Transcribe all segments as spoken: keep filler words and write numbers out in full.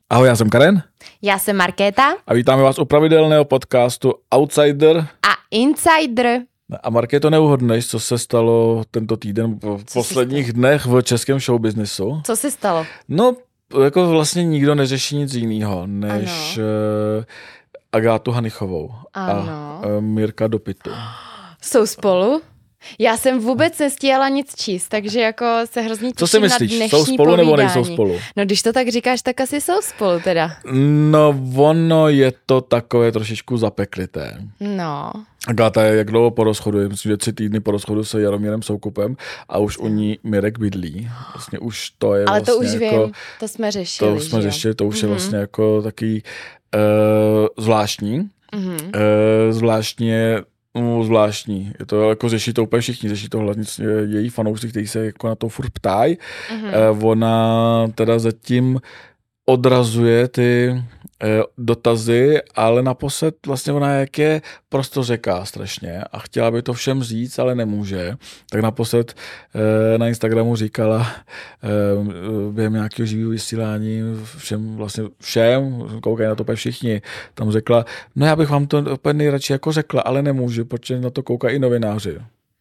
Ahoj, já jsem Karen. Já jsem Markéta. A vítáme vás u pravidelného podcastu Outsider a Insider. A Markéto, neuhodneš, co se stalo tento týden v co posledních dnech v českém showbiznisu? Co se stalo? No, jako vlastně nikdo neřeší nic jiného, než ano. Agátu Hanichovou ano. a Mirka Dopitu. Jsou spolu? Já jsem vůbec nestíhala nic číst, takže jako se hrozně těším. Co si myslíš, na dnešní jsou spolu povídání. Nebo nejsou spolu? No když to tak říkáš, tak asi jsou spolu teda. No ono je to takové trošičku zapeklité. No. Agáta je jak dlouho po rozchodu, myslím, že tři týdny po rozchodu se Jaromírem Soukupem a už u ní Mirek bydlí. Vlastně už to je Ale vlastně to už jako, vím, to jsme řešili. To už jsme řešili, to už mm-hmm. je vlastně jako takový uh, zvláštní. Mm-hmm. Uh, zvláštně No, zvláštní. Je to jako řeší to úplně všichni, řeší to hlavně její fanoušci, kteří se jako na to furt ptají. Mm-hmm. Uh, ona teda zatím odrazuje ty uh, dotazy, ale naposled vlastně ona jak je prosto řeká strašně a chtěla by to všem říct, ale nemůže. Tak naposled uh, na Instagramu říkala uh, během nějakého živého vysílání všem, vlastně všem, koukají na to úplně všichni, tam řekla, no já bych vám to úplně nejradši jako řekla, ale nemůžu, protože na to koukají i novináři.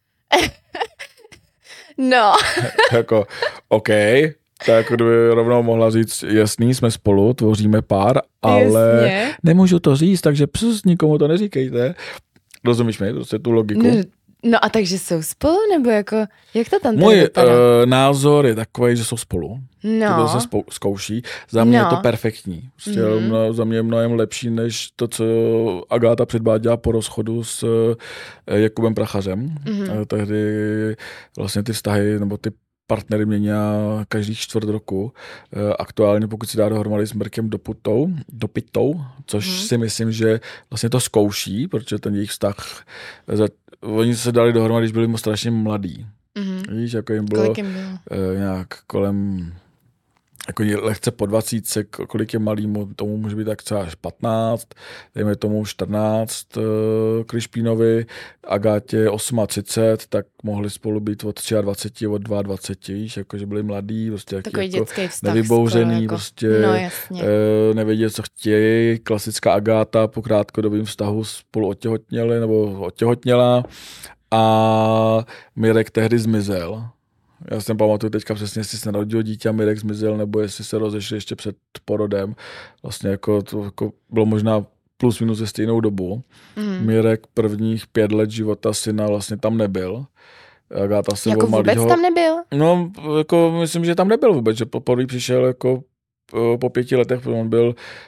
No. Jako, OK, tak kdyby rovnou mohla říct, jasný, jsme spolu, tvoříme pár, ale Jasně. Nemůžu to říct, takže psus, nikomu to neříkejte. Rozumíš mi, prostě tu logiku? No, no a takže jsou spolu, nebo jako, jak to tam tady Můj vypadá? uh, názor je takový, že jsou spolu. No. To se spou- zkouší. Za mě no. je to perfektní. Prostě mm-hmm. mno, za mě je mnohem lepší, než to, co Agáta předváděla po rozchodu s uh, Jakubem Prachařem. Mm-hmm. Uh, tehdy vlastně ty vztahy, nebo ty partnery měnila každých čtvrt roku. Aktuálně, pokud si dá dohromady s Mirkem Dopitou, Dopitou, což hmm. si myslím, že vlastně to zkouší, protože ten jejich vztah, oni se dali dohromady, když byli strašně mladí. Hmm. Víš, jako jim bylo, jim bylo? nějak kolem jako lehce po dvacítce, kolik je malýmu, tomu může být tak třeba až patnáct, dejme tomu čtrnáct Krišpínovi, Agátě třicet osm, tak mohli spolu být od dvacet tři, od dvacet dva, víš, jakože byli mladí, prostě takový jako dětský vztah, nevybouřený, jako, prostě no, jasně. e, nevěděli, co chtějí, klasická Agáta po krátkodobým vztahu spolu otěhotněli, nebo otěhotněla a Mirek tehdy zmizel. Já si pamatuju teďka přesně, jestli se narodil dítě a Mirek zmizel, nebo jestli se rozešli ještě před porodem. Vlastně jako to jako bylo možná plus minus ve stejnou dobu. Mm. Mirek prvních pět let života syna vlastně tam nebyl. Agáta se jako vůbec malýho, tam nebyl? No, jako myslím, že tam nebyl vůbec, že poprvé přišel jako po pěti letech, protože on byl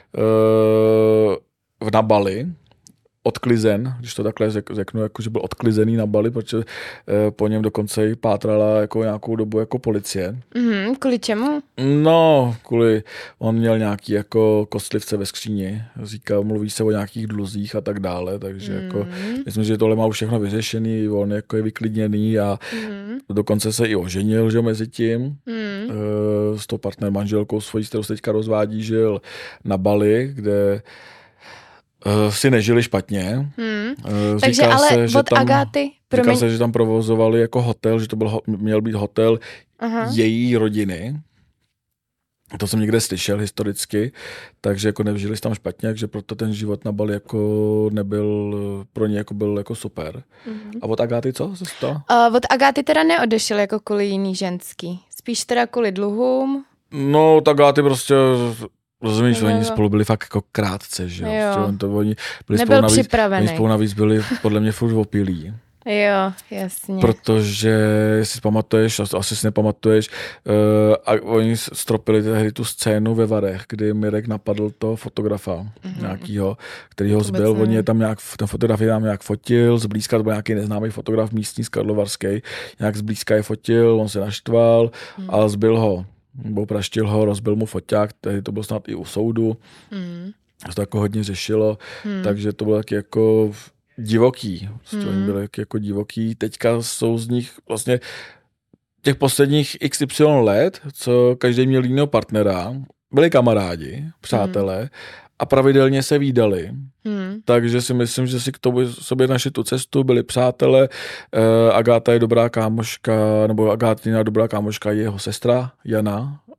uh, na Bali, odklizen, když to takhle řeknu, jako, že byl odklizený na Bali, protože eh, po něm dokonce i pátrala jako nějakou dobu jako policie. Mm, kvůli čemu? No, kvůli, on měl nějaký jako kostlivce ve skříni, říká, mluví se o nějakých dluzích a tak dále, takže mm. jako, myslím, že tohle má už všechno vyřešený, on jako je vyklidněný a mm. dokonce se i oženil, že mezi tím, mm. eh, s tou partner manželkou svojí, s kterou se teďka rozvádí, žil na Bali, kde Uh, si nežili špatně. Hmm. Uh, Takže ale se, že od tam, Agáty... Říká se, že tam provozovali jako hotel, že to byl, měl být hotel Aha. její rodiny. To jsem někde slyšel historicky, takže jako nevžili tam špatně, takže proto ten život na Bali jako nebyl, pro ně jako byl jako super. Hmm. A od Agáty co se stalo? Uh, od Agáty teda neodešel jako kvůli jiný ženský. Spíš teda kvůli dluhům. No, tak Agáty prostě... Rozumíš, no, oni spolu byli fakt jako krátce, že jo. To, oni byli Nebyl spolu navíc, připravený. Oni spolu navíc byli podle mě furt opilí. Jo, jasně. Protože, jestli si pamatuješ, asi si nepamatuješ, uh, a oni stropili tehdy tu scénu ve Varech, kdy Mirek napadl toho fotografa mm-hmm. nějakýho, který ho zbyl. Oni je tam nějak, ten fotograf je tam nějak fotil, zblízka to byl nějaký neznámý fotograf místní z Karlovarský, nějak zblízka je fotil, on se naštval mm. a zbyl ho. Nebo praštil ho, rozbil mu foťák, tehdy to bylo snad i u soudu. Mm. To jako hodně řešilo, mm. takže to bylo taky jako divoký. Prostě mm. Oni byli jako divoký. Teďka jsou z nich vlastně těch posledních iks ypsilon let, co každý měl jiného partnera, byli kamarádi, přátelé mm. a pravidelně se vídali. Hmm. Takže si myslím, že si k tomu sobě našli tu cestu, byli přátelé. Uh, Agáta je dobrá kámoška, nebo Agátina dobrá kámoška je jeho sestra Jana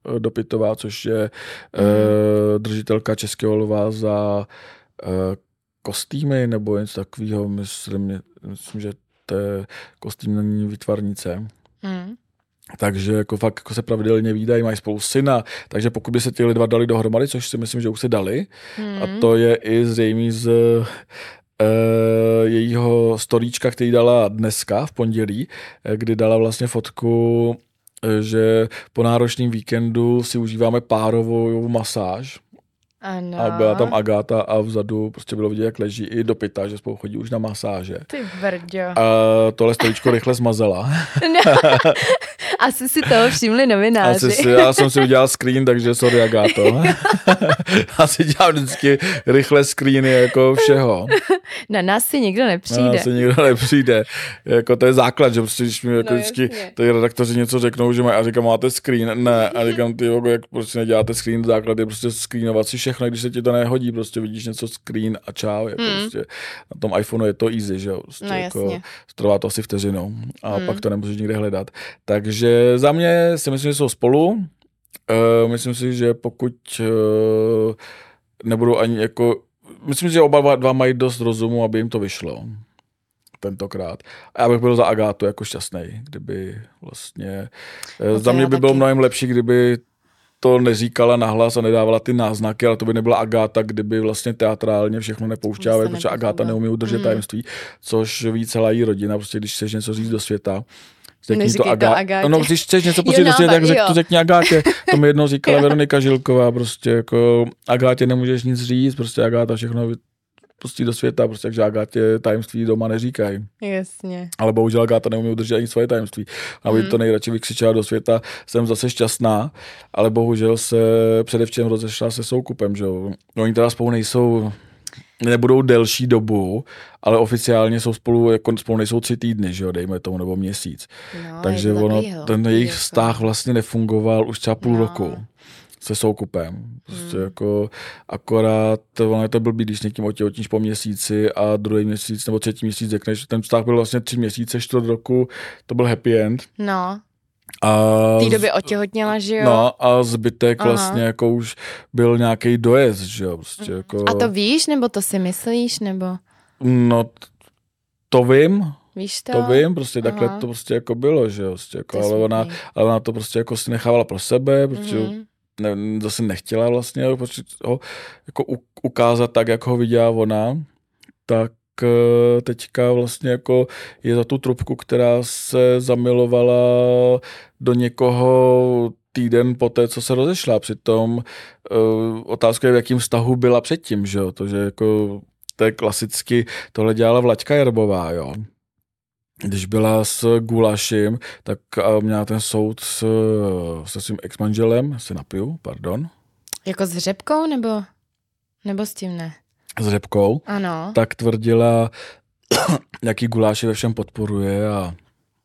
Dopitová, což je mm. uh, držitelka Českého lva za uh, kostýmy nebo něco takového. Myslím, myslím, že to je kostýmní výtvarnice. Mm. Takže jako fakt jako se pravidelně vídají, mají spolu syna, takže pokud by se ty dva dali dohromady, což si myslím, že už se dali, mm. a to je i zřejmě z uh, jejího storíčka, který dala dneska v pondělí, kdy dala vlastně fotku, že po náročném víkendu si užíváme párovou masáž. Ano. A byla tam Agáta a vzadu prostě bylo vidět, jak leží i do pyta, že spolu chodí už na masáže. Ty brďo. A tohle storíčko rychle zmazala. No. Asi si toho všimli novináři. Asi si, já jsem si udělal screen, takže sorry Agáto. Já si dělám vždycky rychle screeny jako všeho. Na nás si nikdo nepřijde. Na nás si nikdo nepřijde. Jako to je základ, že prostě, když mi jako no, vždycky ty redaktoři něco řeknou, že mají, a říkám, máte screen? Ne. A říkám, ty jak prostě neděláte screen, základ je prostě screenovat si všechno, když se ti to nehodí, prostě vidíš něco screen a čau. Jako hmm. prostě, na tom iPhoneu je to easy, že jo. Prostě no, jako, trvá to asi vteřinu a hmm. pak to nemůžeš nikde hledat. Takže za mě si myslím, že jsou spolu. Uh, myslím si, že pokud uh, nebudou ani jako... Myslím si, že oba dva mají dost rozumu, aby jim to vyšlo tentokrát. A já bych byl za Agátu jako šťastnej, kdyby vlastně... No za mě by taky. Bylo mnohem lepší, kdyby to neříkala nahlas a nedávala ty náznaky, ale to by nebyla Agáta, kdyby vlastně teatrálně všechno nepouštěla, protože Agáta neumí udržet mm. tajemství, což ví celá její rodina, prostě když chceš něco říct do světa, řekni to, Agá... to Agátě. No, když chceš něco prostě do světa, tak řek, to řekni Agátě. To mi jednou říkala Veronika Žilková, prostě jako Agátě nemůžeš nic říct, prostě Agáta všechno pustí do světa, prostě takže Agátě tajemství doma neříkají. Jasně. Ale bohužel Agáta neumí udržet ani svoje tajemství. Aby mm. to nejradši vykřičela do světa, jsem zase šťastná, ale bohužel se předevčím rozešla se Soukupem, že jo. Oni teda spolu nejsou, nebudou delší dobu, ale oficiálně jsou spolu, jako spolu nejsou tři týdny, že jo, dejme tomu, nebo měsíc. No, takže ono, takový, ten jejich jako... vztah vlastně nefungoval už třeba půl no. roku se Soukupem. Prostě hmm. jako akorát, ono je to blbý, když někým otěhotníš po měsíci a druhý měsíc nebo třetí měsíc řekneš, ten vztah byl vlastně tři měsíce, čtvrt roku, to byl happy end. No. A v té době otěhotněla, že jo? No a zbytek Aha. vlastně jako už byl nějaký dojezd, že jo? Prostě jako... A to víš, nebo to si myslíš, nebo? No to vím. Víš to? To vím, prostě Aha. takhle to prostě jako bylo, že jo? Prostě jako, ale, ona, ale ona to prostě jako si nechávala pro sebe, protože mm-hmm. ne, zase nechtěla vlastně prostě ho jako ukázat tak, jak ho viděla ona, tak teďka vlastně jako je za tu trubku, která se zamilovala do někoho týden po té, co se rozešla. Přitom uh, otázka je, v jakém vztahu byla předtím, že jo? To, že jako to je klasicky, tohle dělala Vlaďka Jerbová, jo. Když byla s Gulašem, tak měla ten soud s, se svým ex-manželem, se napiju, pardon. Jako s Řepkou, nebo, nebo s tím ne? S Řepkou, ano. Tak tvrdila, jaký Guláši ve všem podporuje a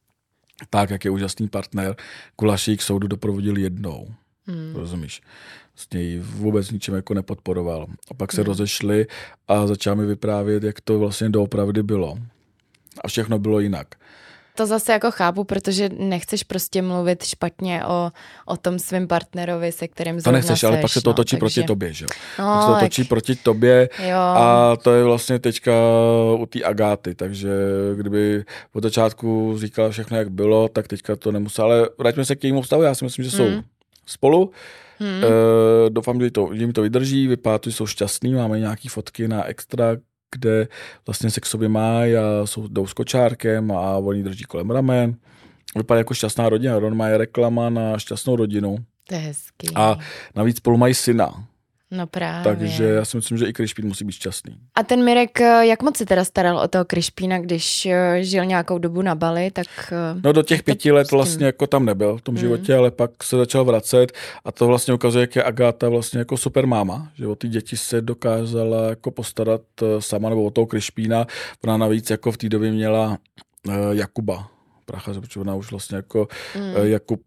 tak, jak je úžasný partner. Guláši k soudu doprovodil jednou, hmm. rozumíš? Vlastně ji vůbec ničem jako nepodporoval. A pak se hmm. rozešli a začal mi vyprávět, jak to vlastně doopravdy bylo. A všechno bylo jinak. To zase jako chápu, protože nechceš prostě mluvit špatně o, o tom svém partnerovi, se kterým zrovna To nechceš, seš, ale pak se to no, točí takže... proti tobě, že jo? No, pak se to točí tak... proti tobě jo. A to je vlastně teďka u té Agáty, takže kdyby od začátku říkala všechno, jak bylo, tak teďka to nemusela, ale vraťme se k jejímu vztahu, já si myslím, že jsou hmm. spolu. Hmm. E, doufám, že to, jim to vydrží, vypadá to, že jsou šťastný, máme nějaký fotky na extra, kde vlastně se k sobě mají a jsou, jdou s kočárkem a oni drží kolem ramen. Vypadá jako šťastná rodina. On má reklama na šťastnou rodinu. To je hezký. A navíc spolu mají syna. No právě. Takže já si myslím, že i Kryšpín musí být šťastný. A ten Mirek, jak moc se teda staral o toho Kryšpína, když žil nějakou dobu na Bali, tak... No do těch pěti let vlastně jako tam nebyl v tom mm. životě, ale pak se začal vracet a to vlastně ukazuje, jak je Agáta vlastně jako super máma, že o ty děti se dokázala jako postarat sama, nebo o toho Kryšpína. Ona navíc jako v té době měla uh, Jakuba Prachaře, protože ona už vlastně jako mm. Jakub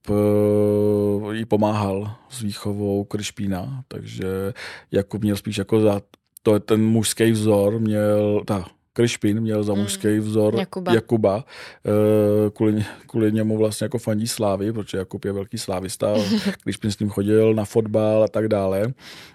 uh, jí pomáhal s výchovou Kryšpína, takže Jakub měl spíš jako za to je ten mužský vzor, měl, ta Krišpín měl za mužský vzor Jakuba, Jakuba kvůli, kvůli němu vlastně jako fandí Slávy, protože Jakub je velký slávista, Krišpín s ním chodil na fotbal a tak dále.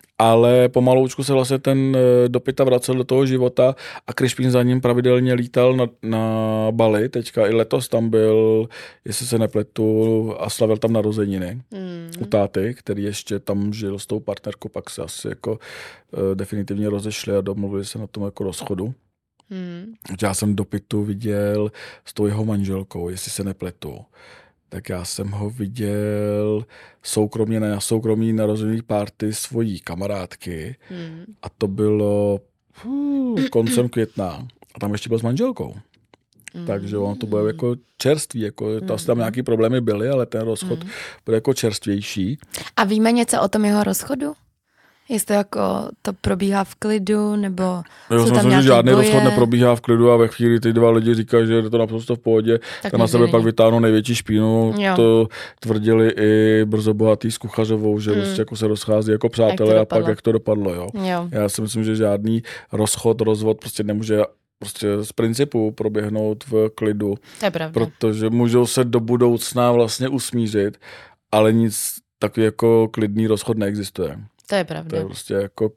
Ale pomaloučku se vlastně ten Dopita vracel do toho života a Krišpín za ním pravidelně lítal na, na Bali. Teďka i letos tam byl, jestli se nepletu, a slavil tam narozeniny mm. u táty, který ještě tam žil s tou partnerkou, pak se asi jako uh, definitivně rozešli a domluvili se na tom jako rozchodu. Mm. Já jsem Dopitu viděl s tou jeho manželkou, jestli se nepletu. Tak já jsem ho viděl soukromně na soukromí narozený party svojí kamarádky hmm. a to bylo uh, koncem května a tam ještě byl s manželkou. Hmm. Takže on to bylo jako čerstvý, jako hmm. to, tam nějaký problémy byly, ale ten rozchod hmm. byl jako čerstvější. A víme něco o tom jeho rozchodu? Jestli jako to probíhá v klidu, nebo jo, jsou tam myslím, nějaké že žádný boje? rozchod neprobíhá v klidu a ve chvíli ty dva lidi říkají, že je to naprosto v pohodě, tak, tak na sebe není. Pak vytáhnou největší špínu. Jo. To tvrdili i Brzo bohatý s Kuchařovou, že hmm. vlastně jako se rozchází jako přátelé a pak jak to dopadlo. Jo. Jo. Já si myslím, že žádný rozchod, rozvod prostě nemůže prostě z principu proběhnout v klidu. To je pravda. Protože můžou se do budoucna vlastně usmířit, ale nic takový jako klidný rozchod neexistuje. To je pravda. To je prostě jako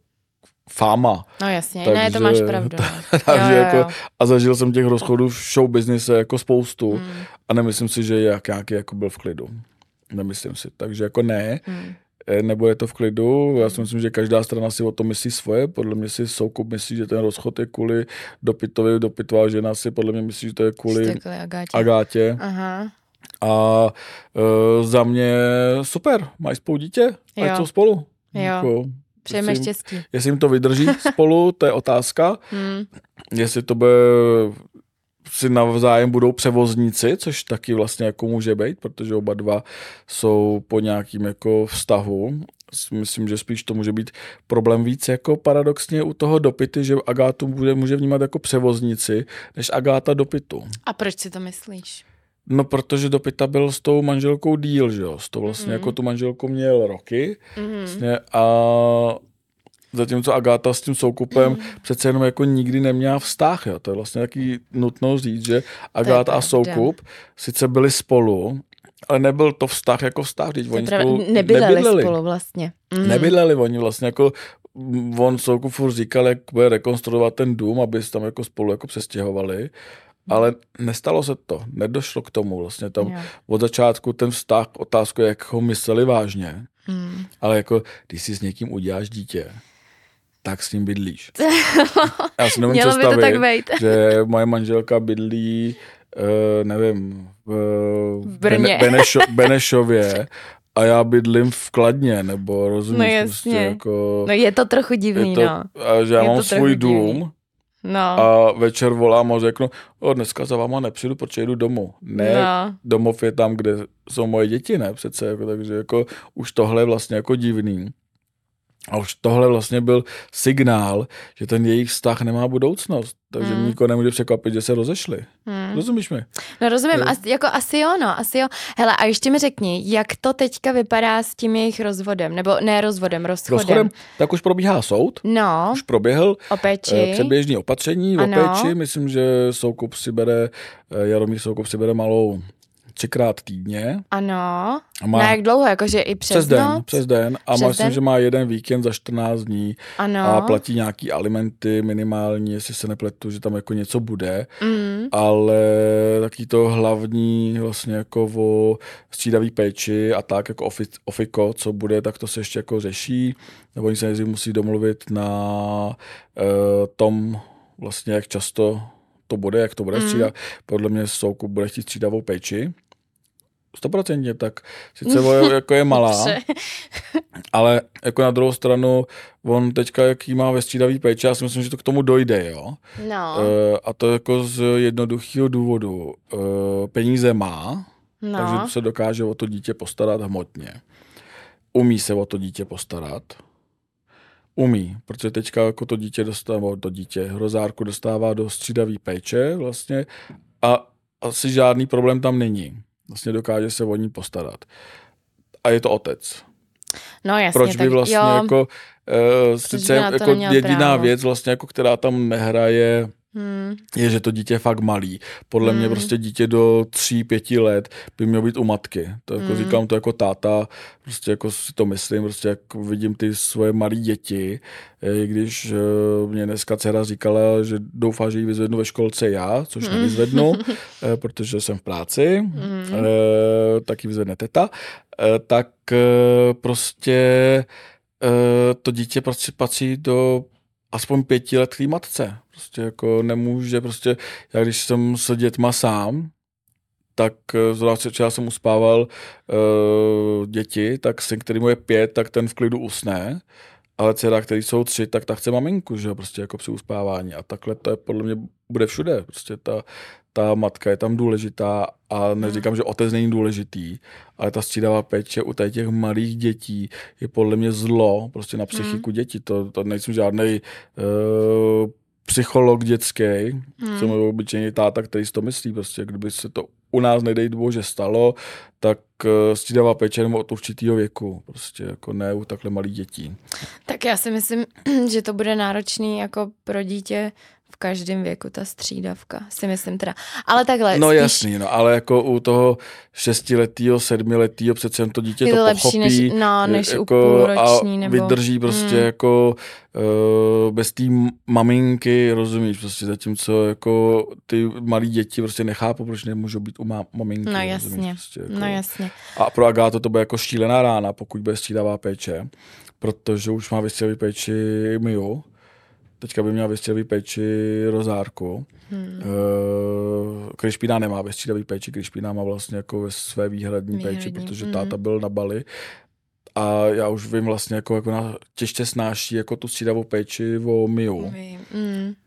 fáma. No jasně, takže, ne, to máš pravdu. takže jo, jo, jo. Jako, a zažil jsem těch rozchodů v show businesse jako spoustu hmm. a nemyslím si, že jak, nějaký jako byl v klidu. Nemyslím si. Takže jako ne, hmm. nebude to v klidu. Já si myslím, že každá strana si o tom myslí svoje. Podle mě si Soukup myslí, že ten rozchod je kvůli Dopitovi. Dopitová žena si podle mě myslí, že to je kvůli Agátě. Agátě. Aha. A e, za mě super, mají spolu dítě, ať jsou spolu. Jo. Jako, přejeme štěstí. Jestli jim to vydrží spolu, to je otázka. Hmm. Jestli to bude, si navzájem budou převozníci, což taky vlastně jako může být, protože oba dva jsou po nějakým jako vztahu. Myslím, že spíš to může být problém víc jako paradoxně u toho Dopity, že Agátu může, může vnímat jako převozníci, než Agáta Dopitu. A proč si to myslíš? No, protože Dopita byl s tou manželkou díl, že jo. S to vlastně mm. jako tu manželku měl roky. Mm. Vlastně a zatímco Agáta s tím Soukupem mm. přece jenom jako nikdy neměla vztah, jo. To je vlastně taky nutno říct, že Agáta a Soukup sice byli spolu, ale nebyl to vztah jako vztah, když oni spolu nebydleli. Nebydleli spolu vlastně. Mm. Nebydleli, oni vlastně jako on Soukup furt říkal, jak bude rekonstruovat ten dům, aby se tam jako spolu jako přestěhovali. Ale nestalo se to, nedošlo k tomu vlastně tam jo. Od začátku ten vztah, otázku, jak ho mysleli vážně, hmm. ale jako, když si s někým uděláš dítě, tak s ním bydlíš. Já si nevím představit, že moje manželka bydlí, uh, nevím, v, v Bene, Benešo, Benešově a já bydlím v Kladně, nebo rozumíš? No jasně, prostě jako, no je to trochu divný, to, no. A že já je mám svůj dům, divný. No. A večer volám a řeknu, o, dneska za váma nepřijdu, protože jdu domů. Ne, no. Domov je tam, kde jsou moje děti, ne přece, jako, takže jako už tohle je vlastně jako divný. A už tohle vlastně byl signál, že ten jejich vztah nemá budoucnost. Takže hmm. nikoho nemůže překvapit, že se rozešli. Hmm. Rozumíš mi? No rozumím, as, jako asi jo, no, asi jo. Hele, a ještě mi řekni, jak to teďka vypadá s tím jejich rozvodem, nebo ne rozvodem, rozchodem. Rozchodem, tak už probíhá soud. No. Už proběhl o péči. Předběžný opatření o péči. Myslím, že Soukup si bere, Jaromír Soukup si bere malou třikrát týdně. Ano. Má, na jak dlouho? Jakože i přes, přes den, noc? Přes den. A přes myslím, den? Že má jeden víkend za čtrnáct dní. Ano. A platí nějaký alimenty minimální, jestli se nepletu, že tam jako něco bude. Mm. Ale taky to hlavní vlastně jako o střídavý péči a tak jako ofiko, co bude, tak to se ještě jako řeší. Nebo oni se nejdřív musí domluvit na uh, tom vlastně, jak často to bude, jak to bude mm. střídat. Podle mě Soukup bude chtít střídavou péči. Stoprocentně, tak sice jako je malá, ale jako na druhou stranu on teďka, jaký má ve střídavý péči, já si myslím, že to k tomu dojde, jo. No. Uh, a to jako z jednoduchého důvodu. Uh, peníze má, no. Takže se dokáže o to dítě postarat hmotně. Umí se o to dítě postarat. Umí, protože teďka jako to dítě dostává, to dítě, hrozárku dostává do střídavý péče vlastně a asi žádný problém tam není. Vlastně dokáže se o ní postarat. A je to otec. No jasně. Proč by vlastně jo. jako, uh, sice jako jediná právo. Věc vlastně jako, která tam nehraje Hmm. je, že to dítě je fakt malý. Podle hmm. mě prostě dítě do tří, pěti let by mělo být u matky. To jako hmm. říkám to jako táta, prostě jako si to myslím, prostě jako vidím ty svoje malé děti, i když mě dneska dcera říkala, že doufá, že ji vyzvednu ve školce já, což hmm. nevyzvednu, protože jsem v práci, hmm. tak ji vyzvedne teta, tak prostě to dítě prostě patří do aspoň pěti let k matce. Prostě jako nemůže, prostě, já když jsem s dětma sám, tak zvláště včera jsem uspával uh, děti, tak syn, který mu je pět, tak ten v klidu usne, ale dcera, který jsou tři, tak ta chce maminku, že jo, prostě jako při uspávání a takhle to je podle mě bude všude, prostě ta, ta matka je tam důležitá a neříkám, že otec není důležitý, ale ta střídavá péče u těch malých dětí je podle mě zlo prostě na psychiku mm. dětí. To, to nejsem žádnej uh, psycholog dětský, mm. jsem obyčejný táta, který si to myslí. Prostě, kdyby se to u nás, nedej bože, stalo, tak uh, střídavá péče jenom od určitýho věku. Prostě jako ne u takhle malých dětí. Tak já si myslím, že to bude náročný jako pro dítě v každém věku, ta střídavka, si myslím teda. Ale takhle. No spíš... jasný, no, ale jako u toho šestiletýho, sedmiletýho přece jen to dítě je to, to lepší pochopí. Než, no, než jako, u půlroční. A nebo... vydrží prostě mm. jako uh, bez té maminky, rozumíš, prostě zatímco jako ty malí děti prostě nechápou, proč nemůžou být u má- maminky. No jasně, rozumíš, prostě, jako. no jasně. A pro Agátu to bude jako šílená rána, pokud bude střídavá péče, protože už má vystřelový péči Miu. Teďka by měla vystřelový péči Rozárku. Hmm. Uh, Krišpína nemá vystřelový péči, Krišpína má vlastně jako ve své výhradní, výhradní. péči, protože hmm. táta byl na Bali. A já už vím vlastně, jako, jako na, těžce snáší jako tu střídavou péči o Miu. Hmm. Uh,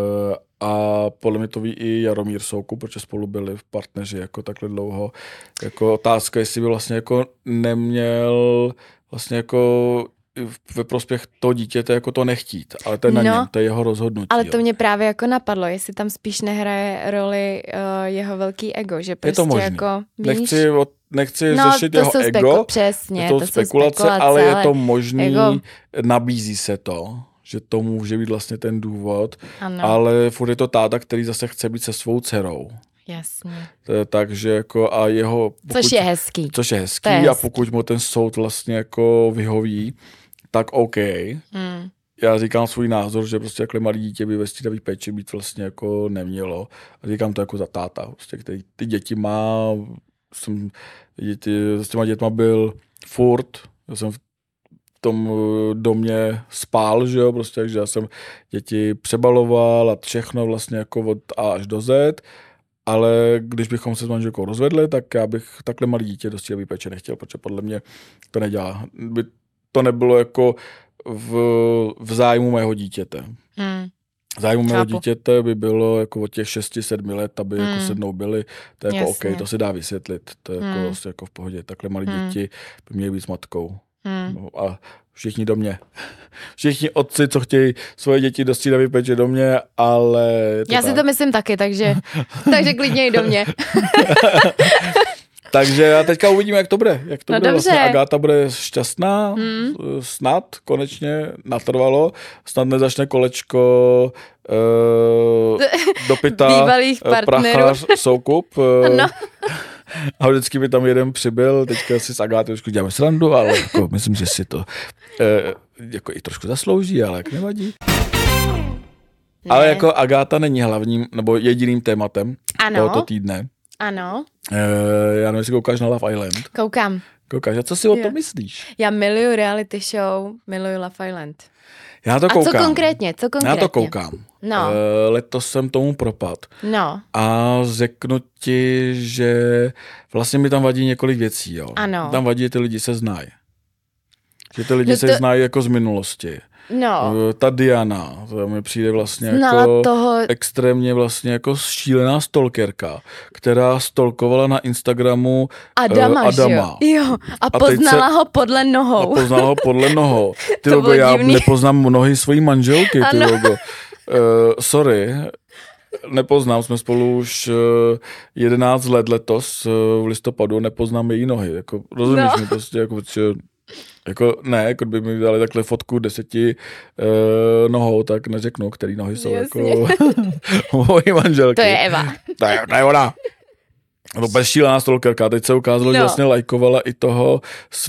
a podle mě to ví i Jaromír Soukup, protože spolu byli v partneři jako takhle dlouho. Jako otázka, jestli by vlastně jako neměl vlastně jako ve prospěch toho dítěte jako to nechtít, ale to je na no, něm, to je jeho rozhodnutí. Ale to jo. mě právě jako napadlo, jestli tam spíš nehraje roli uh, jeho velký ego, že prostě je to možný. Jako, víš? Nechci, nechci no, řešit jeho speku- ego, přesně, je to, to spekulace, spekulace, ale je ale to možný, jako... nabízí se to, že to může být vlastně ten důvod, ano. ale furt je to táta, který zase chce být se svou dcerou. Jasně. Takže jako a jeho... Pokud, což je hezký. Což je hezký, je a hezký. pokud mu ten soud vlastně jako vyhoví, tak OK. Hmm. Já říkám svůj názor, že prostě takhle malý dítě by ve střídavý péči být vlastně jako nemělo. A říkám to jako za táta, prostě, který ty děti má. Jsem děti, s těma dětma byl furt. Já jsem v tom domě spál, že jo, prostě, takže já jsem děti přebaloval a všechno vlastně jako od A až do Z. Ale když bychom se s manželkou rozvedli, tak já bych takhle malý dítě do střídavý péče nechtěl, protože podle mě to nedělá. By to nebylo jako v, v zájmu mého dítěte. Hmm. V zájmu mého dítěte by bylo jako od těch šesti, sedmi let, aby hmm. jako se mnou byli, to je jako OK, to se dá vysvětlit, to je hmm. jako, vlastně jako v pohodě. Takhle malí hmm. děti by měly být s matkou. Hmm. No a všichni do mě. Všichni otci, co chtějí svoje děti do střídavý péče do mě, ale... Já tak. si to myslím taky, takže, takže klidně i do mě. Takže já teďka uvidíme, jak to bude. Jak to no bude. Vlastně Agáta bude šťastná, hmm. snad, konečně, natrvalo. Snad nezačne kolečko uh, dopyta Prachař Soukup. Uh, no. A vždycky by tam jeden přibyl, teďka si s Agátou trošku děláme srandu, ale jako, myslím, že si to uh, jako i trošku zaslouží, ale jak nevadí. Ne. Ale jako Agáta není hlavním nebo jediným tématem ano. tohoto týdne. Ano. Uh, já nevím, jestli koukáš na Love Island. Koukám. Koukáš, a co si jo. o tom myslíš? Já miluju reality show, miluju Love Island. Já to koukám. A co konkrétně? Co konkrétně? Já to koukám. No. Uh, letos jsem tomu propad. No. A řeknu ti, že vlastně mi tam vadí několik věcí. Jo. Ano. Tam vadí, že ty lidi se znají. Že ty lidi no to... se znají jako z minulosti. No. Ta Diana, to mi přijde vlastně Znala jako toho... extrémně vlastně jako šílená stalkerka, která stalkovala na Instagramu Adama, uh, Adama. Jo. jo. A, a poznala se... ho podle nohou. A poznala ho podle nohou. Ty logo, já divný. Nepoznám nohy svojí manželky, ty logo. Uh, sorry, nepoznám, jsme spolu už uh, jedenáct let letos uh, v listopadu, nepoznám její nohy. Jako, rozumíš no. mi prostě, jako, že Jako ne, jako by mi dali takhle fotku deseti uh, nohou, tak neřeknu, který nohy jsou Jasně. jako mojí manželky. To je Eva. To je, to je ona. To bez šílená stalkerka. Teď se ukázalo, no. že vlastně lajkovala i toho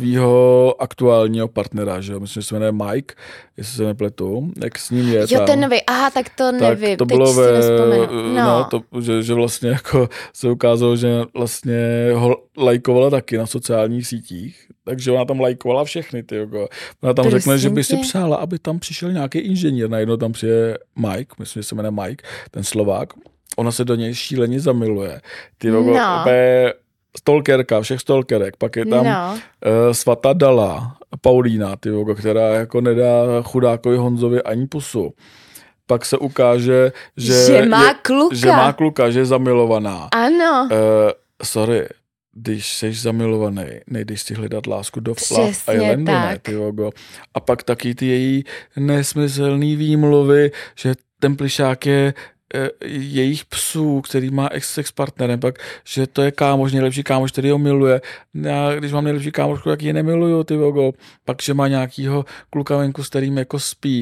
svýho aktuálního partnera, že jo? Myslím, že se jmenuje Mike, jestli se nepletu. Jak s ním je Jo, tam. ten nový. Aha, tak to nevím. Tak to teď bylo si ve, nespomenu. No. no to, že, že vlastně jako se ukázalo, že vlastně ho lajkovala taky na sociálních sítích, takže ona tam lajkovala všechny, ty jako. Ona tam Prosím řekne, že by si tě. přála, aby tam přišel nějaký inženýr, najednou tam přijde Mike, myslím, že se jmenuje Mike, ten Slovák, ona se do něj šíleně zamiluje. Ty jako, No. stalkerka, všech stalkerek, pak je tam No. uh, svatá Dala, Paulína, ty jako, která jako nedá chudákovi Honzovi ani pusu. Pak se ukáže, že, Že má je, kluka. že má kluka, že je zamilovaná. Ano. Uh, sorry, když jsi zamilovaný, nejdeš si hledat lásku do Love Přesně Islandu, tak. ne, ty vogo. A pak taky ty její nesmyslný výmluvy, že ten plišák je eh, jejich psů, který má ex-sex partnerem, pak, že to je kámoš, nejlepší kámoš, který ho miluje. Já, když mám nejlepší kámošku, tak ji nemiluju, ty vogo. Pak, že má nějakýho kluka venku, s kterým jako spí.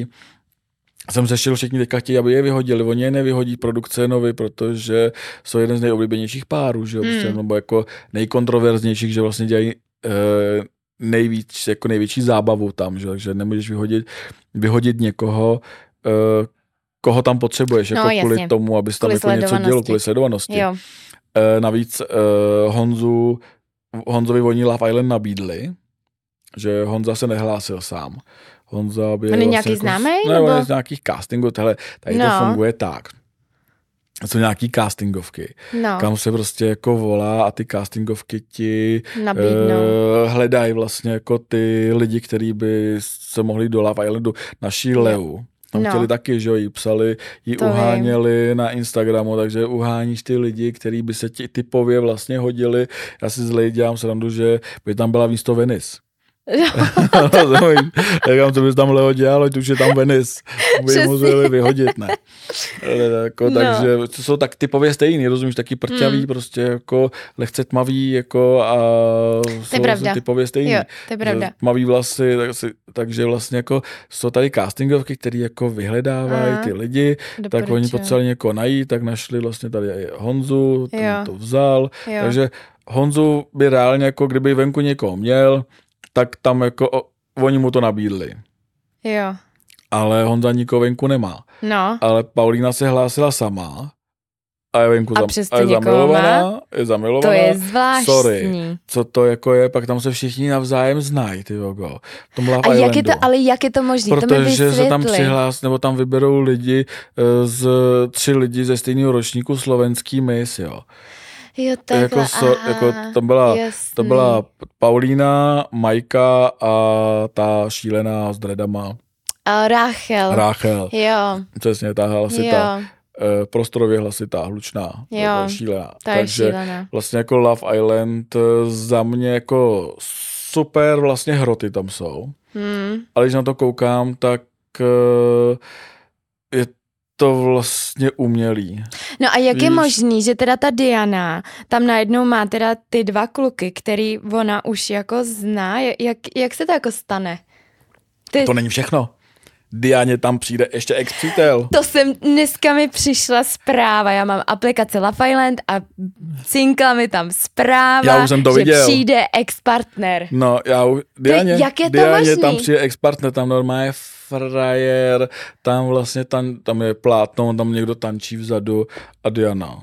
Jsem řešil, všichni teďka chtějí, aby je vyhodili. Oni je nevyhodí produkce nový, protože jsou jeden z nejoblíbenějších párů, že jo, mm. nebo jako nejkontroverznějších, že vlastně dělají eh, nejvíc, jako největší zábavu tam, že, takže nemůžeš vyhodit, vyhodit někoho, eh, koho tam potřebuješ, No, jako jasně. kvůli tomu, abys tam Kvůli jako něco dělal, kvůli sledovanosti. Jo. Eh, navíc eh, Honzu, Honzovi oni Love Island nabídli, že Honza se nehlásil sám. Honza by On je vlastně nějaký jako, známý, Ne, nebo? on je z nějakých castingů, hele, tady No. to funguje tak. Jsou nějaký castingovky, No. kam se prostě jako volá a ty castingovky ti Nabídnou. uh, hledají vlastně jako ty lidi, kteří by se mohli do Love Islandu. Naší Leu, tam No. chtěli taky, že jo, jí psali, jí To uháněli na Instagramu, takže uháníš ty lidi, kteří by se ti typově vlastně hodili. Já si zlej dělám srandu, že by tam byla místo Venice. Jak to bys tam Leo dělal, ať už je tam Venice. By jim museli vyhodit, ne. Jako, No. takže to jsou tak typově stejný, rozumíš, taky prťavý, mm. prostě jako lehce tmavý, jako a jsou pravda. typově stejný. Jo, to je pravda. Že tmavý vlasy, tak si, takže vlastně jako jsou tady castingovky, které jako vyhledávají Aha. ty lidi, tak oni Doporučuji. potřebovali někoho najít, tak našli vlastně tady Honzu, ten Jo. to vzal, Jo. takže Honzu by reálně jako kdyby venku někoho měl, tak tam jako o, oni mu to nabídli. Jo. Ale Honza nikoho venku nemá. No. Ale Paulína se hlásila sama a je venku A zam, přesto a je někoho zamilovaná. má? Je zamilovaná. To je zvláštní. Sorry. Co to jako je, pak tam se všichni navzájem znají, ty jogo. V tom Love A jak je Islandu. to, ale jak je to možné? To mi Protože se tam vysvětli. přihlás, nebo tam vyberou lidi, eh, z tři lidi ze stejného ročníku slovenský mis, jo. Jo, takhle, Jako, so, aha, jako tam byla, jasný. to byla Paulína, Majka a ta šílená s dredama. A Ráchel. Ráchel. Jo. Přesně, ta hlasitá, Jo. eh, prostorově hlasitá, hlučná. Jo, Jako šílená. Ta je Takže šílená. vlastně jako Love Island eh, za mě jako super vlastně hroty tam jsou. Hmm. Ale když na to koukám, tak eh, je to vlastně umělý. No a jak Víš? je možný, že teda ta Diana tam najednou má teda ty dva kluky, který ona už jako zná, jak, jak se to jako stane? Ty, To není všechno. Dianě tam přijde ještě ex-přítel. to jsem, dneska mi přišla zpráva, já mám aplikaci Love Island a cinkla mi tam zpráva, Já už jsem to že viděl. přijde ex-partner. No, já už, Dianě, jak je to Dianě možný? tam přijde ex-partner, tam normálně frajer, tam vlastně tam, tam je plátno, tam někdo tančí vzadu a Diana.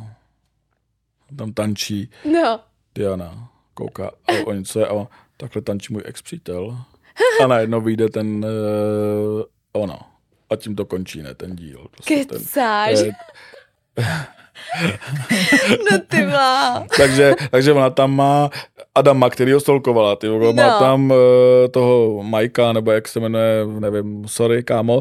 Tam tančí No. Diana, kouká a o něco je a on, takhle tančí můj ex-přítel. A najednou vyjde ten, uh, ono. A tím to končí, ne, ten díl. Prostě ten, Kecáš. eh, No ty vlá. takže, takže ona tam má Adama, který ho stolkovala, ty no. Má tam uh, toho Majka, nebo jak se jmenuje, nevím, sorry, kámo, uh,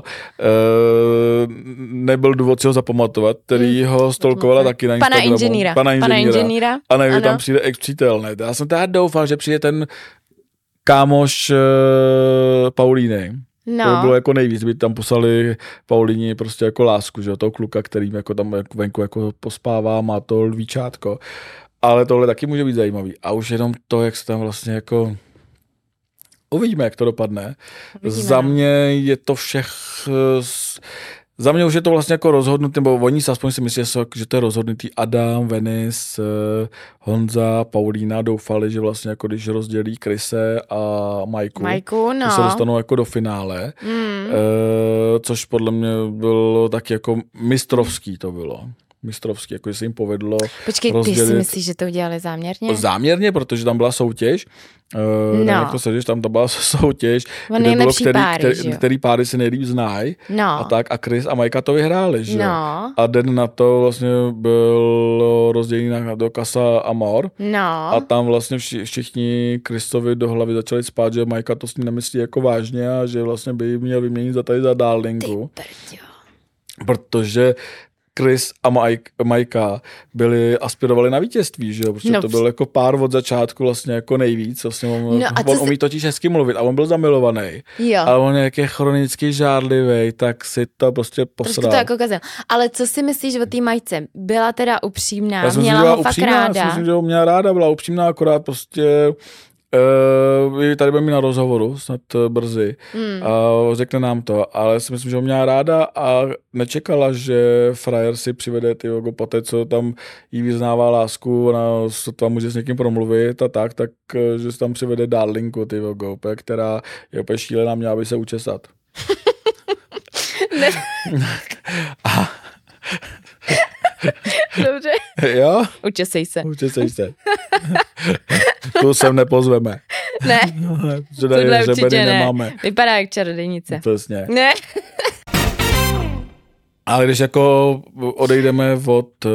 nebyl důvod si ho zapamatovat, který mm. ho stolkovala mm. taky na Pana Instagramu. inženýra. Pana inženýra. Pana inženýra. A nevím, Ano. tam přijde ex-přítel, ne? Já jsem teda doufal, že přijde ten kámoš uh, Paulíny. No. To by bylo jako nejvíc, by tam poslali Paulíně prostě jako lásku, že jo, toho kluka, který jako tam jako venku jako pospává, má to lvíčátko. Ale tohle taky může být zajímavý. A už jenom to, jak se tam vlastně jako Uvidíme, jak to dopadne. Uvidíme. Za mě je to všech... Za mě už je to vlastně jako rozhodnutý, nebo oni se aspoň si myslí, že to je rozhodnutý. Adam, Venice, Honza, Paulína doufali, že vlastně jako když rozdělí Krise a Majku, Majku no. že se dostanou jako do finále, mm. e, což podle mě bylo taky jako mistrovský to bylo. Mistrovský, jako že se jim povedlo Počkej, rozdělit... ty si myslíš, že to udělali záměrně? Záměrně, protože tam byla soutěž. Uh, no. Jak to sežeš, tam to byla soutěž, on kde bylo, který, páry, který, který páry si nejlíp znají. No. A tak a Chris a Majka to vyhráli, že? No. A den na to vlastně bylo rozdělení do Casa Amor. No. A tam vlastně vši, všichni Chrisovi do hlavy začali spát, že Majka to s ním nemyslí jako vážně a že vlastně by měl vyměnit za tady za Darlingu. Protože Chris a Mike, Majka byli, aspirovali na vítězství, že jo, protože no, to byl jako pár od začátku vlastně jako nejvíc, vlastně on, no on umí si... totiž hezky mluvit a on byl zamilovaný. Jo. A on jak je chronicky žárlivý, tak si to prostě posral. Trošku to jako kazil. Ale co si myslíš o té Majce? Byla teda upřímná, já měla myslím, ho fakt upřímná, ráda. Já myslím, že ho měla ráda, byla upřímná, akorát prostě Uh, tady budeme na rozhovoru snad brzy hmm. a řekne nám to, ale si myslím, že ho měla ráda a nečekala, že frajer si přivede ty jogo poté, co tam jí vyznává lásku, ona tam může s někým promluvit a tak, tak že si tam přivede Darlinku ty jogo, která je úplně šílená, měla by se učesat. Ne. a Dobře. Jo? Učesej se. Učesej se. Tu sem nepozveme. Ne. Tohle určitě ne. Nemáme. Vypadá jak čarodějnice. Přesně. Ne. Ale když jako odejdeme od uh,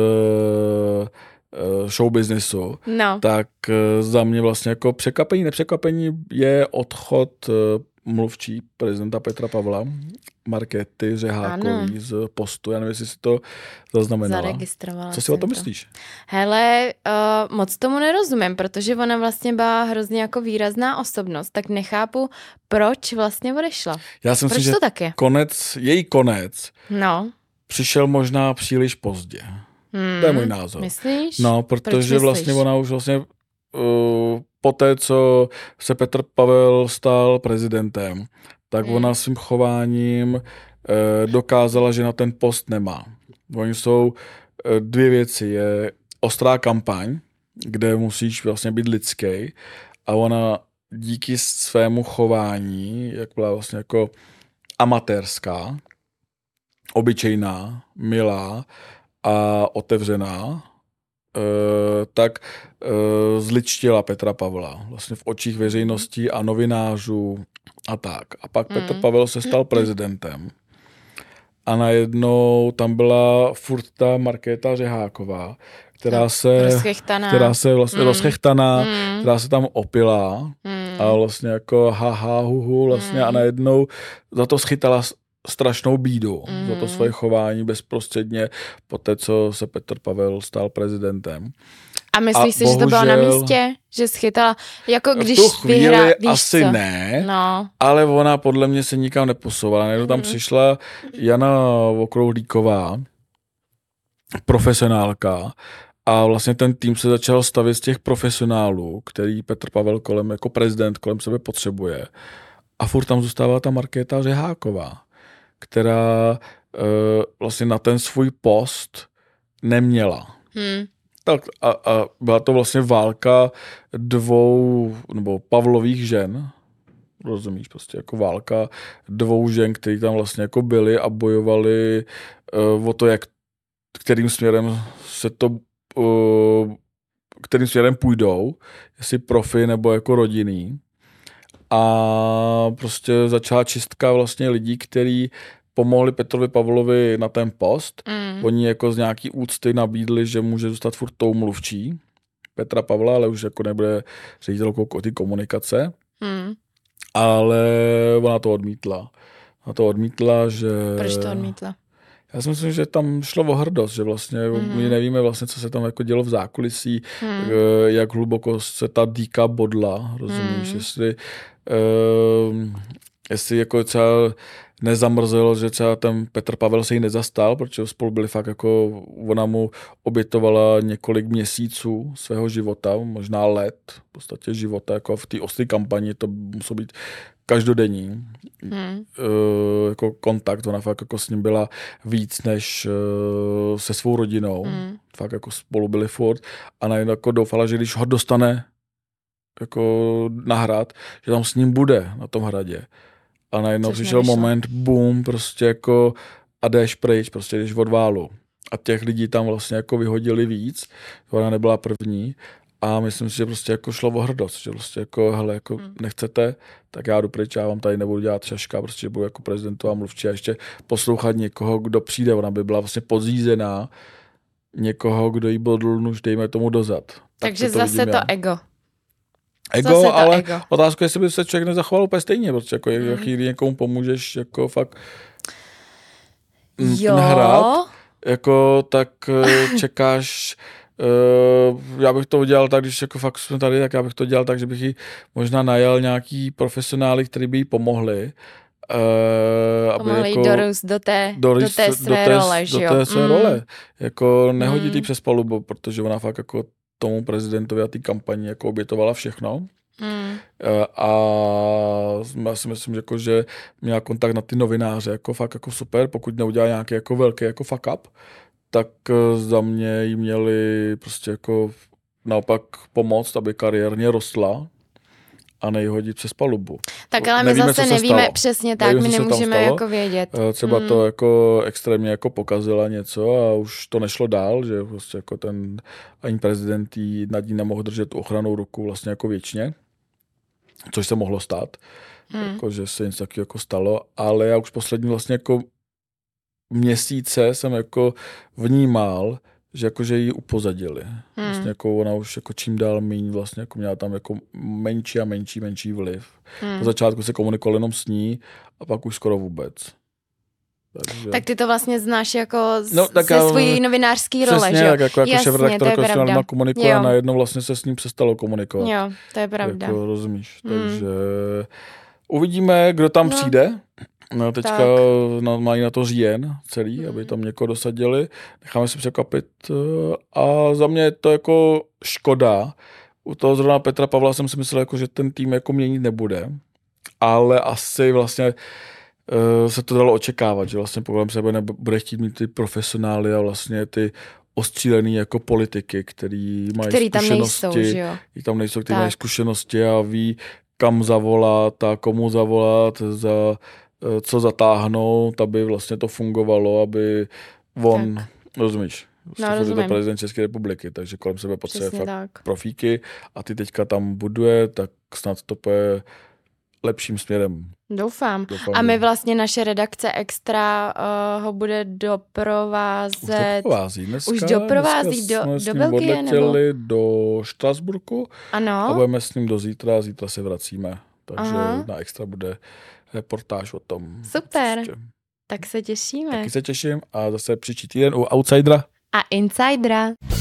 show businessu, no. tak uh, za mě vlastně jako překvapení, nepřekvapení je odchod uh, mluvčí prezidenta Petra Pavla, Markéty Řehákový z Postu. Já nevím, jestli si to zaznamenala. Zaregistrovala. Co si o tom myslíš? Hele, uh, moc tomu nerozumím, protože ona vlastně byla hrozně jako výrazná osobnost, tak nechápu, proč vlastně odešla. Já si myslím, proč to tak je? Konec, její konec no. přišel možná příliš pozdě. Hmm, to je můj názor. Myslíš? No, protože proč vlastně ona už vlastně uh, poté, co se Petr Pavel stal prezidentem, tak hmm. ona svým chováním eh, dokázala, že na ten post nemá. Oni jsou eh, dvě věci. Je ostrá kampaň, kde musíš vlastně být lidský a ona díky svému chování, jak byla vlastně jako amatérská, obyčejná, milá a otevřená, Uh, tak uh, zličtila Petra Pavla vlastně v očích veřejnosti a novinářů a tak. A pak mm. Petr Pavel se stal prezidentem a najednou tam byla furt ta Markéta Řeháková, která no, se, která se vlastně mm. rozchechtaná, mm. která se tam opila mm. a vlastně jako haha, huhu vlastně mm. a najednou za to schytala strašnou bídu mm. za to svoje chování bezprostředně po té, co se Petr Pavel stal prezidentem. A myslíš a si, bohužel, že to bylo na místě? Že schytala, jako když v tu chvíli vyhra, víš asi co? ne, no. ale ona podle mě se nikam neposouvala. Najednou tam mm. přišla Jana Okrouhlíková, profesionálka, a vlastně ten tým se začal stavět z těch profesionálů, který Petr Pavel kolem, jako prezident kolem sebe potřebuje. A furt tam zůstává ta Markéta Řeháková, která uh, vlastně na ten svůj post neměla. Hmm. Tak a, a byla to vlastně válka dvou, nebo Pavlových žen, rozumíš, prostě jako válka dvou žen, který tam vlastně jako byli a bojovali uh, o to, jak, kterým směrem se to, uh, kterým směrem půjdou, jestli profi nebo jako rodinný. A prostě začala čistka vlastně lidí, kteří pomohli Petrovi Pavlovi na ten post. Mm. Oni jako z nějaký úcty nabídli, že může zůstat furt tou mluvčí Petra Pavla, ale už jako nebude ředitelkou ty komunikace. Mm. Ale ona to odmítla. Ona to odmítla, že... Proč to odmítla? Já si myslím, že tam šlo o hrdost, že vlastně mm. my nevíme vlastně, co se tam jako dělo v zákulisí, mm. jak hluboko se ta dýka bodla, rozumíš, mm. jestli, uh, jestli jako třeba nezamrzelo, že třeba ten Petr Pavel se jí nezastal, protože spolu byli fakt jako, ona mu obětovala několik měsíců svého života, možná let, v podstatě života, jako v té ostré kampani, to muselo být každodenní hmm. uh, jako kontakt, ona fakt jako s ním byla víc než uh, se svou rodinou, hmm. fakt jako spolu byli furt a najednou jako doufala, že když ho dostane jako na hrad, že tam s ním bude na tom hradě. A najednou přišel moment, boom, prostě jako a jdeš pryč, prostě jdeš od válu. A těch lidí tam vlastně jako vyhodili víc, ona nebyla první a myslím si, že prostě jako šlo o hrdost, že prostě jako, hele, jako hmm. nechcete, tak já jdu pryč, já vám tady nebudu dělat šaška, prostě budu jako prezidentová mluvčí a ještě poslouchat někoho, kdo přijde, ona by byla vlastně podřízená někoho, kdo jí bodl nůž, dejme tomu dozad. Takže tak to zase to já. ego. Ego, ale ego. Otázka je, jestli by se člověk nezachoval úplně stejně, protože jako mm. chvíli někomu pomůžeš jako fakt jo. nahrát, jako tak čekáš, uh, já bych to udělal tak, když jako fakt jsme tady, tak já bych to dělal tak, že bych jí možná najal nějaký profesionály, který by jí pomohli. Uh, Pomohli jako, dorůst do té, do, do té své do té, role, že jo? Do té své mm. role. Jako nehodit mm. jí přes palubu, protože ona fakt jako tomu prezidentovi a té kampani jako obětovala všechno. Mm. A já si myslím, že, jako, že měla kontakt na ty novináře, jako fakt jako super, pokud neudělá nějaký jako velký jako fuck up, tak za mě jí měli prostě jako naopak pomoct, aby kariérně rostla a nejhodit přes palubu. Tak ale my nevíme, zase nevíme stalo. Přesně tak, nevíme, my nemůžeme jako vědět. Třeba mm. to jako extrémně jako pokazila něco a už to nešlo dál, že prostě jako ten ani prezident jí nad ní nemohl držet tu ochranou ruku vlastně jako věčně, což se mohlo stát, mm. jako, že se něco taky jako stalo, ale já už poslední vlastně jako měsíce jsem jako vnímal, že jakože ji upozadili. Hmm. Vlastně jako ona už jako čím dál míň vlastně jako měla tam jako menší a menší, menší vliv. Hmm. Na začátku se komunikoval jenom s ní a pak už skoro vůbec. Takže... Tak ty to vlastně znáš jako z, no, ze já, svojí novinářský role, přesně, že jo? Tak jako, jako šéfredaktor, jako s ním komunikoval a najednou vlastně se s ním přestalo komunikovat. Jo, to je pravda. Jako, rozumíš? Hmm. Takže uvidíme, kdo tam no. přijde. No teďka no, mají na to říjen celý, mm. aby tam někoho dosadili. Necháme se překvapit. A za mě je to jako škoda. U toho zrovna Petra Pavla jsem si myslel, jako, že ten tým jako měnit nebude. Ale asi vlastně uh, se to dalo očekávat, že vlastně kolem sebe nebude chtít mít ty profesionály a vlastně ty ostřílený jako politiky, který mají který zkušenosti. Tam nejsou, že jo? Který tam nejsou, který mají zkušenosti a ví, kam zavolat a komu zavolat, za co zatáhnout, aby vlastně to fungovalo, aby on, tak. rozumíš, no, je to prezident České republiky, takže kolem sebe potřebuje fakt tak. profíky a ty teďka tam buduje, tak snad to půjde lepším směrem. Doufám. Doufám. A my vlastně naše redakce Extra uh, ho bude doprovázet. Už doprovází dneska. Už doprovází dneska do, do Belgie, odletěli nebo? do Štrasburku. Ano. A budeme s ním do zítra, zítra se vracíme. Takže Aha. na Extra bude reportáž o tom. Super. Prostě. Tak se těšíme. Taky se těším a zase příští týden u Outsidera a Insidera.